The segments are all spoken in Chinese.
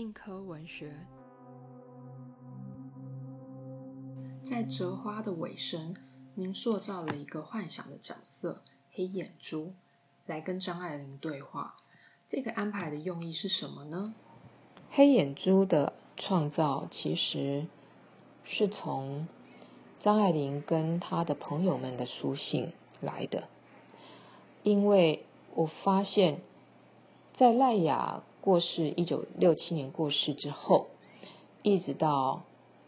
硬科文学。 在折花的尾声，您塑造了一个幻想的角色黑眼珠来跟张爱玲对话，这个安排的用意是什么呢？ 黑眼珠的创造其实是从张爱玲跟她的朋友们的书信来的，因为我发现在赖雅过世1967年过世之后，一直到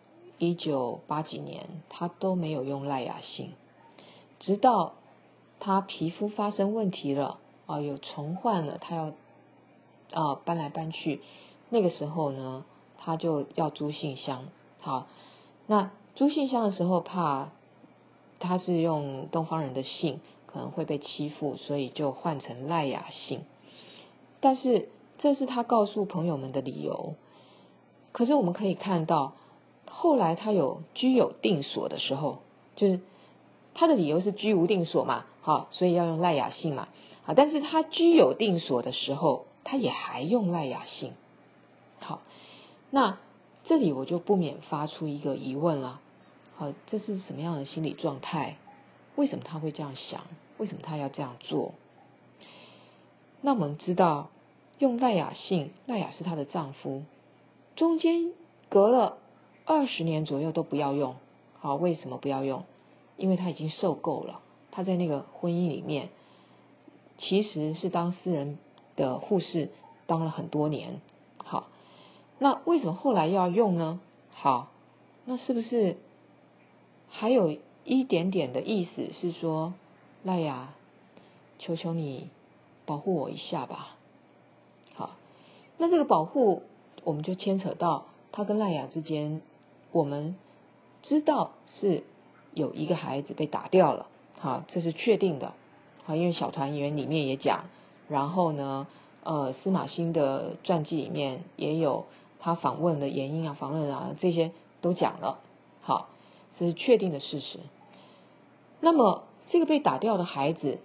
1980几年，她都没有用赖雅信，直到她皮肤发生问题了有虫患了，她要搬来搬去，那个时候呢，他就要租信箱。好，那租信箱的时候，怕他是用东方人的信，可能会被欺负，所以就换成赖雅信。但是这是他告诉朋友们的理由。可是我们可以看到，后来他有居有定所的时候，就是他的理由是居无定所嘛，好，所以要用赖雅信嘛。好，但是他居有定所的时候，他也还用赖雅信。好，那这里我就不免发出一个疑问了。好，这是什么样的心理状态？为什么他会这样想？为什么他要这样做？那我们知道，用赖雅信，赖雅是她的丈夫，中间隔了20年左右都不要用。好，为什么不要用？因为他已经受够了，他在那个婚姻里面其实是当私人的护士当了很多年。好，那为什么后来要用呢？好，那是不是还有一点点的意思是说，赖雅，求求你保护我一下吧。好，那这个保护我们就牵扯到他跟赖雅之间，我们知道是有一个孩子被打掉了，好，这是确定的。好，因为小团圆里面也讲，然后呢司马欣的传记里面也有他访问的原因访问这些都讲了。好，这是确定的事实。那么这个被打掉的孩子，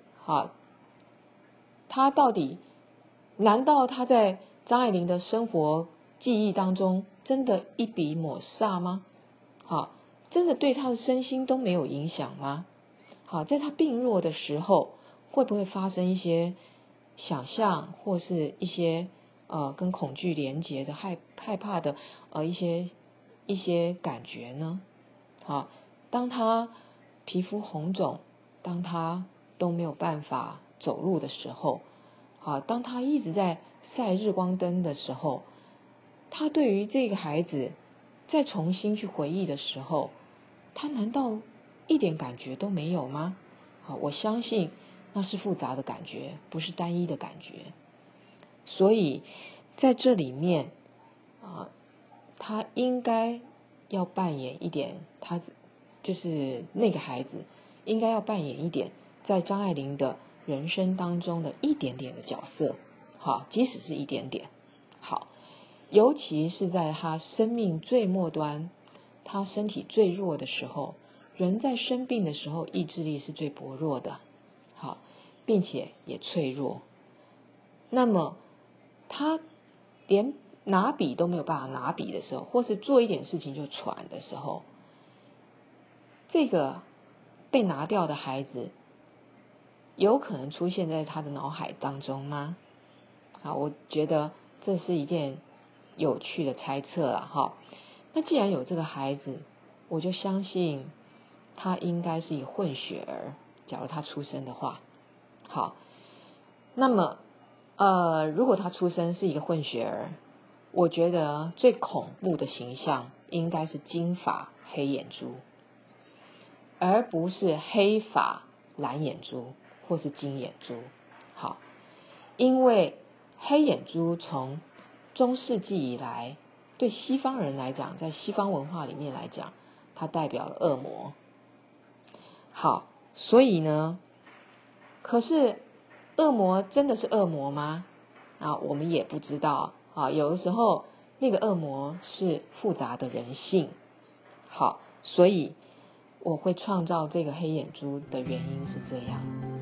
他到底，难道他在张爱玲的生活记忆当中真的一笔抹煞吗？好，真的对他的身心都没有影响吗？好，在他病弱的时候，会不会发生一些想象，或是一些跟恐惧连结的害怕的一些感觉呢？好，当他皮肤红肿，当他都没有办法走路的时候，好，当他一直在晒日光灯的时候，他对于这个孩子再重新去回忆的时候，他难道一点感觉都没有吗？好，我相信那是复杂的感觉，不是单一的感觉。所以在这里面他应该要扮演一点，他就是那个孩子应该要扮演一点在张爱玲的人生当中的一点点的角色。好，即使是一点点。好，尤其是在他生命最末端，他身体最弱的时候，人在生病的时候意志力是最薄弱的，好，并且也脆弱。那么他连拿笔都没有办法拿笔的时候，或是做一点事情就喘的时候，这个被拿掉的孩子有可能出现在他的脑海当中吗？好，我觉得这是一件有趣的猜测哈。那既然有这个孩子，我就相信他应该是一个混血儿，假如他出生的话。好，那么如果他出生是一个混血儿，我觉得最恐怖的形象应该是金发黑眼珠，而不是黑发蓝眼珠或是金眼珠。好，因为黑眼珠从中世纪以来，对西方人来讲，在西方文化里面来讲，它代表了恶魔。好，所以呢，可是恶魔真的是恶魔吗？我们也不知道有的时候那个恶魔是复杂的人性。好，所以我会创造这个黑眼珠的原因是这样。